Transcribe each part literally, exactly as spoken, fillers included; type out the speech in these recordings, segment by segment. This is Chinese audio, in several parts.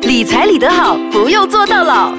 理财理得好，不用做到老。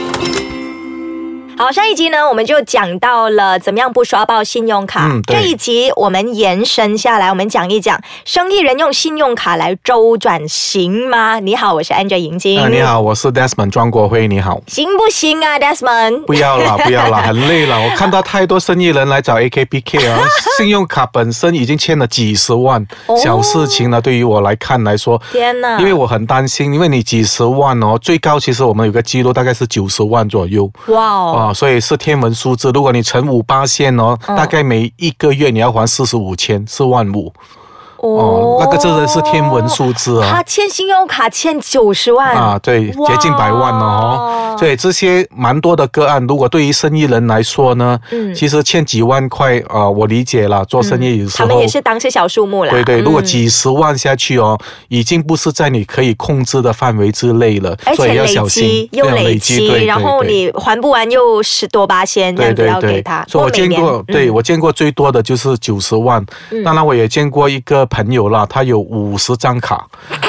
好，上一集呢，我们就讲到了怎么样不刷爆信用卡。 嗯， 这一集我们延伸下来，我们讲一讲生意人用信用卡来周转行吗？你好，我是 Angel 银晶。 啊，你好，我是 Desmond 庄国辉。你好。 行不行啊 ，Desmond？ 不要啦，不要啦，很累了。我看到太多生意人来找 A K P K 啊，信用卡本身已经欠了几十万，哦、小事情呢，对于我来看来说， 天哪！ 因为我很担心，因为你几十万哦，最高其实我们有个记录大概是九十万左右。 哇哦！ 啊，所以是天文数字。如果你乘五八线哦，嗯、大概每一个月你要还四十五千，四万五。哦，那个真的是天文数字啊！ 他欠信用卡欠九十万啊，对，接近百万哦。所以这些蛮多的个案，如果对于生意人来说呢，嗯，其实欠几万块啊、呃，我理解了，做生意有时候、 嗯、他们也是当是小数目啦。 对对，如果几十万下去哦，嗯、已经不是在你可以控制的范围之内了， 而且要小心， 又累积， 对对对， 然后你还不完又十多八千，这样子要给他。 所以我见过，对、嗯、我见过最多的就是九十万。嗯、当然，我也见过一个朋友啦，他有五十张卡。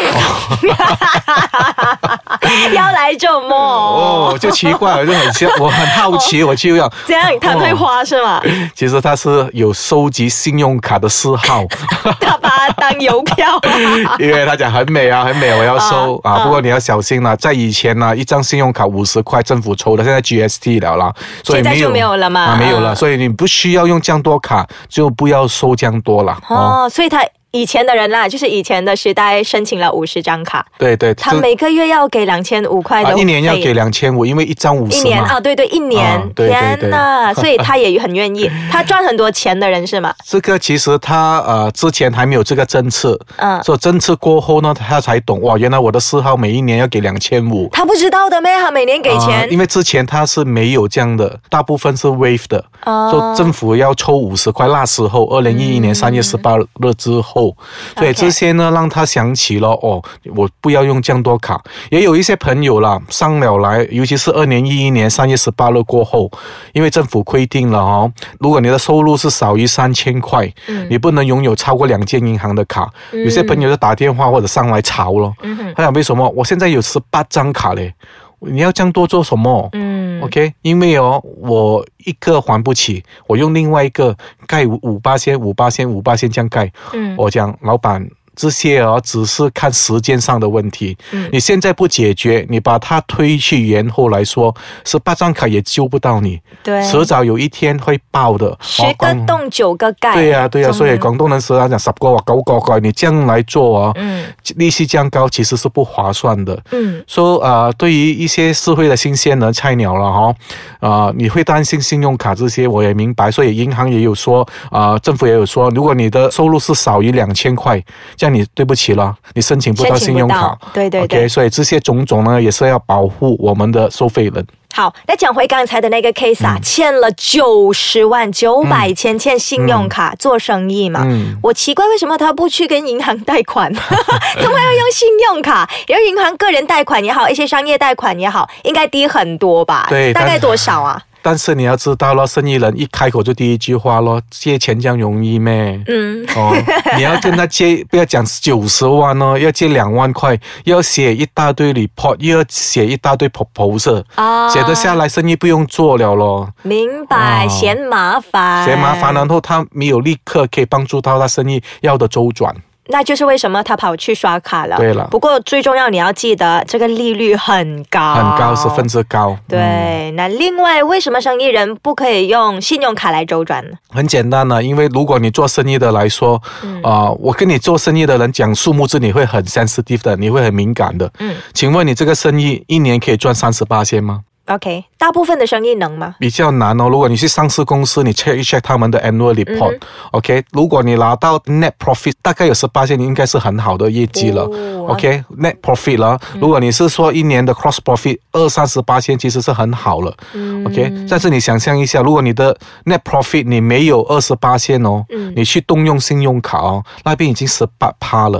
要来这么哦，就奇怪，我就很像，我很好奇，我就要这样，他会花是吗？ 其实他是有收集信用卡的嗜好， 他把它当邮票， 因为他讲很美啊，很美，我要收 啊, 啊。不过你要小心啦，在以前呢、啊，一张信用卡五十块，政府抽的，现在 G S T 了啦，所以没有现在就没有了嘛， 啊，没有了，所以你不需要用这样多卡，就不要收这样多了。 哦，哦所以他。以前的人啦，就是以前的时代申请了五十张卡， 对对， 他每个月要给两千五块的、 啊，一年要给两千五，因为一张五十嘛。 一年啊，对对，一年， 啊、对对对天哪！所以他也很愿意，他赚很多钱的人是吗？ 这个其实他呃之前还没有这个政策，嗯，所以政策过后呢，他才懂哇，原来我的嗜好每一年要给两千五。 他不知道的咩？他每年给钱、呃， 因为之前他是没有这样的，大部分是 waive 的，哦，所以政府要抽五十块，那时候二零一一年三月十八日之后，嗯、所以。这些呢，让他想起了哦，我不要用这样多卡。也有一些朋友啦，上了来，尤其是二零一一年三月十八日过后，因为政府规定了哦，如果你的收入是少于三千块，嗯，你不能拥有超过两间银行的卡。嗯、有些朋友就打电话或者上来吵了，嗯、他讲为什么？我现在有十八张卡嘞。你要这样多做什么？嗯 ，OK， 因为哦，我一个还不起，我用另外一个盖五八千、五八千、五八千这样盖。嗯，我讲老板。这些哦，只是看时间上的问题。嗯，你现在不解决，你把它推去延后来说，十八张卡也救不到你。 对， 迟早有一天会爆的。 十个洞九个盖。 对呀、啊，对呀、啊，所以广东人时常讲十個九個蓋，你這樣來做啊，嗯，利息這樣高其實是不划算的。嗯，所以呃，對於一些社會的新鮮人菜鳥了哈，啊、呃，你會擔心信用卡這些，我也明白。所以銀行也有說，啊、呃，政府也有說，如果你的收入是少於兩千塊。这样你对不起了，你申請不到信用卡。 对对对。 OK， 所以这些种种呢，也是要保护我们的收费人。 好，来讲回刚才的那个 case 啊，嗯、欠了九十万九百千欠信用卡、嗯、做生意嘛、嗯，我奇怪为什么他不去跟银行贷款，怎么要用信用卡？然后银行个人贷款也好，一些商业贷款也好，应该低很多吧？ 对， 大概多少啊？ 但是你要知道咯，生意人一开口就第一句话咯，借钱这样容易咩？嗯，哦，你要跟他借，不要讲九十万哦，要借两万块，要写一大堆 report， 又要写一大堆 proposal， 啊，写得下来，生意不用做了咯。 明白，嫌麻烦， 嫌麻烦，然后他没有立刻可以帮助到他生意要的周转。 那就是为什么他跑去刷卡了。 对了， 不过最重要你要记得，这个利率很高， 很高，十分之高。 对、嗯，那另外为什么生意人不可以用信用卡来周转呢？ 很简单的、啊，因为如果你做生意的来说，嗯呃、我跟你做生意的人讲数目字，你会很 sensitive 的，你会很敏感的。嗯，请问你这个生意一年可以赚三十八千吗 ？OK， 大部分的生意能吗？ 比较难哦。如果你是上市公司，你 check 一 check 他们的 annual report、嗯、OK， 如果你拿到 net profit 大概有 百分之十， 应该是很好的业绩了、哦、OK， net profit 了、嗯、如果你是说一年的 cross profit 二三十八千，其实是很好了、嗯、OK， 但是你想象一下，如果你的 net profit 你没有二十八千哦、嗯、你去动用信用卡哦，那边已经 百分之十八 了。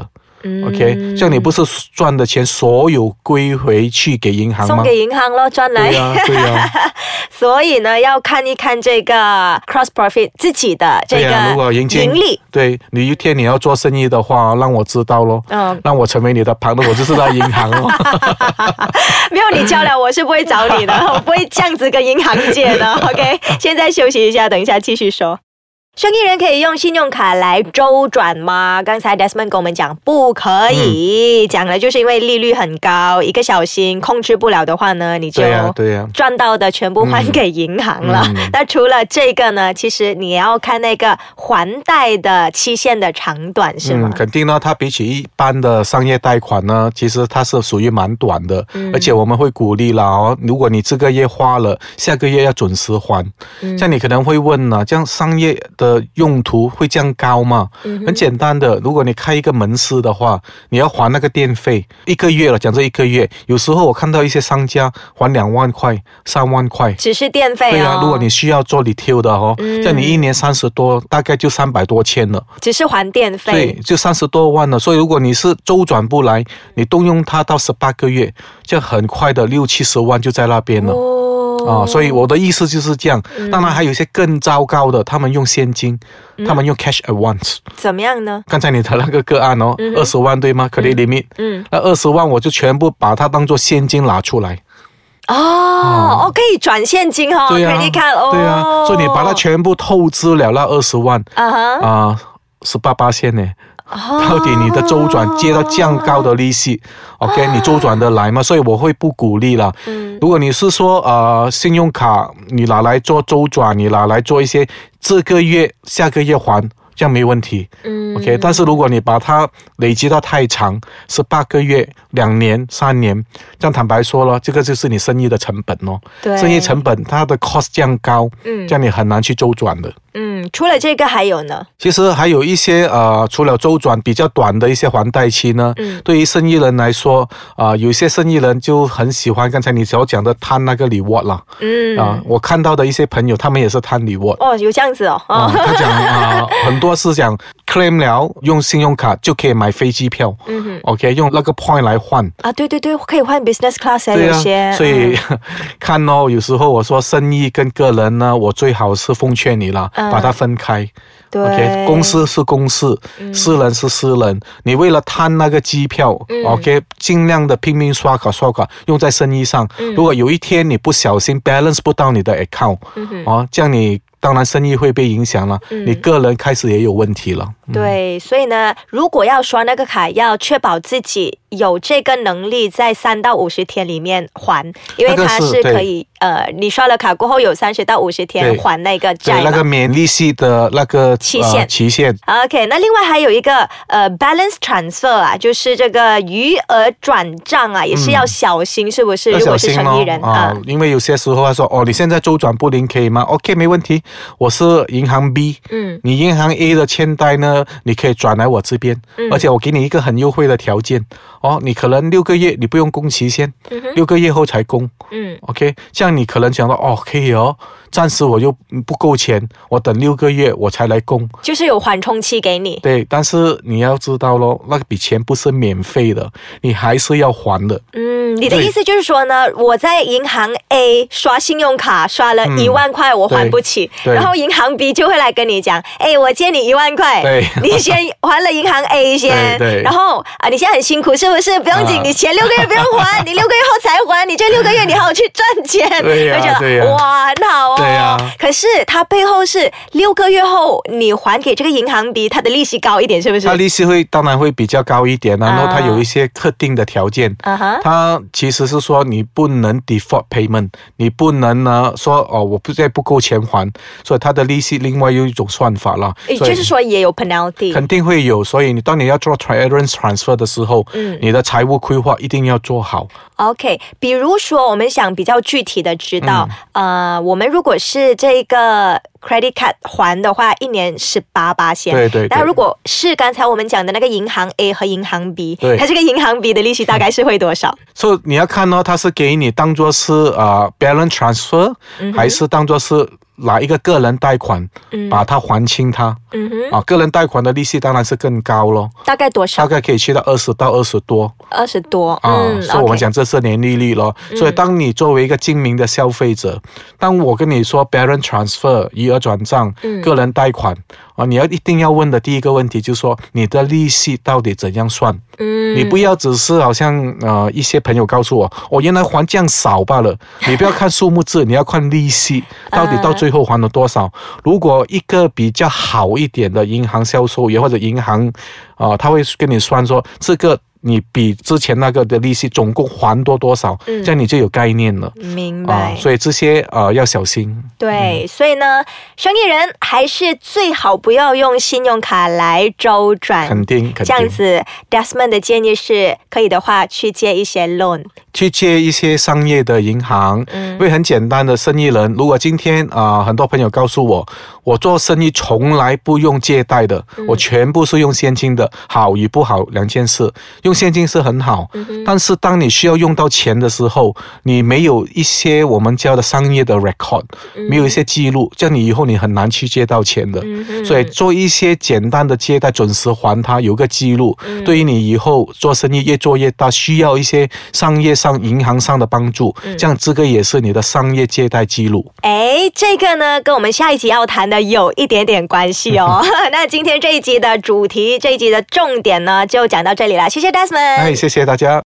嗯、OK， 这样你不是赚的钱所有归回去给银行吗？ 送给银行咯，赚来。 对啊，对啊。 所以呢，要看一看这个 cross profit 自己的这个盈利。 对，你一天你要做生意的话，让我知道咯，嗯，让我成为你的partner，我就是在银行咯。 没有你教了，我是不会找你的，我不会这样子跟银行借的。OK， 现在休息一下，等一下继续说。生意人可以用信用卡来周转吗？刚才 Desmond 跟我们讲不可以，嗯、讲的就是因为利率很高，一个小心控制不了的话呢，你就赚到的全部还给银行了。嗯嗯、那除了这个呢，其实你也要看那个还贷的期限的长短，是吗？ 嗯，肯定呢，它比起一般的商业贷款呢，其实它是属于蛮短的，嗯、而且我们会鼓励啦哦，如果你这个月花了，下个月要准时还。嗯、像你可能会问呢，这样商业的用途会这样高吗？嗯、很简单的，如果你开一个门市的话，你要还那个电费，一个月了，讲这一个月，有时候我看到一些商家还两万块、三万块， 只是电费哦。 对啊，如果你需要做 retail 的哦，嗯、像你一年三十多，大概就三百多千了， 只是还电费， 对，就三十多万了。所以如果你是周转不来，你动用它到十八个月，这样很快的六七十万就在那边了。哦啊，所以我的意思就是这样。嗯、当然还有一些更糟糕的，他们用现金，嗯、他们用 cash advance。 怎么样呢？ 刚才你的那个个案哦，二十、嗯、万对吗 ？credit limit。嗯。那二十万我就全部把它当做现金拿出来。 哦，哦，可以转现金哈、哦， 对啊， credit card 哦。 对啊，所以你把它全部透支了那二十万。啊哈。啊，十八巴仙呢？到底你的周转接到这样高的利息 ，OK， 你周转得来吗？所以我会不鼓励啦。嗯、如果你是说呃信用卡，你拿来做周转，你拿来做一些这个月、下个月还，这样没问题。嗯 ，OK。但是如果你把它累积到太长，十八个月、两年、三年，这样坦白说了，这个就是你生意的成本哦。对，生意成本它的 cost 这样高，嗯，这样你很难去周转的。 嗯，除了这个还有呢？ 其实还有一些呃，除了周转比较短的一些还贷期呢，嗯，对于生意人来说，啊、呃，有些生意人就很喜欢刚才你所讲的贪那个 reward 啦，嗯，啊、呃，我看到的一些朋友，他们也是贪 reward。 哦，有这样子哦，哦、 嗯，他讲啊、呃，很多是讲 claim 了用信用卡就可以买飞机票，嗯哼 ，OK， 用那个 point 来换啊，对对对，可以换 business class 啊， 对啊， 有些， 所以、嗯、看哦，有时候我说生意跟个人呢，我最好是奉劝你啦。把它分开， 对 ，OK， 公司是公司，嗯、私人是私人。你为了贪那个机票、嗯、，OK， 尽量的拼命刷卡刷卡，用在生意上。嗯、如果有一天你不小心 balance 不到你的 account，、嗯、哦，这样你当然生意会被影响了，嗯、你个人开始也有问题了。 嗯、对，所以呢，如果要刷那个卡，要确保自己有这个能力在三到五十天里面还，因为它是可以。呃，你刷了卡过后有三十到五十天还那个债， 对那个免利息的那个期限、呃、 期限。 OK， 那另外还有一个呃 balance transfer 啊，就是这个余额转账啊，也是要小心，是不是？ 嗯、 如果是生意人啊、呃，因为有些时候他说哦，你现在周转不灵可以吗 ？OK， 没问题，我是银行 B， 嗯，你银行 A 的欠贷呢，你可以转来我这边，嗯、而且我给你一个很优惠的条件哦，你可能六个月你不用供期限，嗯、六个月后才供，嗯 ，OK， 这样。你可能想到哦，可以哦，暂时我又不够钱，我等六个月我才来供， 就是有缓冲期给你。 对，但是你要知道咯，那笔钱不是免费的，你还是要还的。 嗯，你的意思就是说呢，我在银行 A 刷信用卡刷了一万块，我还不起，嗯、然后银行 B 就会来跟你讲，哎，我借你一万块， 对， 你先还了银行 A 先， 对对， 然后啊，你现在很辛苦是不是？不用紧，啊、你前六个月不用还，你六个月后才还，你这六个月你好好去赚钱。 对呀、啊，对呀、啊， 哇，很好哦。 对呀、啊。 可是它背后是六个月后你还给这个银行比它的利息高一点，是不是？ 它利息会当然会比较高一点、啊、然后它有一些特定的条件。啊哈。它其实是说你不能 default payment， 你不能呢说哦我不再不够钱还，所以它的利息另外有一种算法了。 也就是说也有 penalty。 肯定会有，所以你当你要做 trial transfer 的时候，嗯，你的财务规划一定要做好。 OK， 比如说我们想比较具体的知道，嗯、呃，我们如果是这个 credit card 还的话，一年十八巴仙。 对对对。 那如果是刚才我们讲的那个银行 A 和银行 B， 对，它这个银行 B 的利息大概是会多少？ 所以、so, 你要看哦，它是给你当作是呃 balance transfer，、嗯、还是当作是拿一个个人贷款，嗯、把它还清它。嗯哼，啊，个人贷款的利息当然是更高咯。 大概多少？ 大概可以去到二十到二十多。 二十多， 嗯，所以我们讲这是年利率咯。嗯、所以当你作为一个精明的消费者，当我跟你说 balance transfer 余额转账、嗯、个人贷款啊，你要一定要问的第一个问题就是说你的利息到底怎样算？嗯，你不要只是好像呃一些朋友告诉我，我、哦、原来还这样少罢了。你不要看数目字，你要看利息到底到最后还了多少。如果一个比较好一点的银行销售员或者银行啊、呃，他会跟你算说这个。你比之前那个的利息总共还多多少，嗯、这样你就有概念了。 明白。 啊、所以这些呃要小心。 对，嗯、所以呢，生意人还是最好不要用信用卡来周转。 肯定，肯定。 这样子 ，Desmond 的建议是，可以的话去借一些 loan， 去借一些商业的银行。嗯，因为很简单的，生意人如果今天啊、呃，很多朋友告诉我，我做生意从来不用借贷的，嗯、我全部是用现金的，好与不好两件事。用现金是很好，嗯、但是当你需要用到钱的时候，你没有一些我们叫的商业的 record，、嗯、没有一些记录，这样你以后你很难去借到钱的。嗯、所以做一些简单的借贷，准时还它，有个记录，嗯、对于你以后做生意越做越大，需要一些商业上、银行上的帮助，嗯、这样这个也是你的商业借贷记录。 哎，这个呢，跟我们下一集要谈的有一点点关系哦。那今天这一集的主题，这一集的重点呢，就讲到这里了。谢谢大家。 哎，谢谢大家。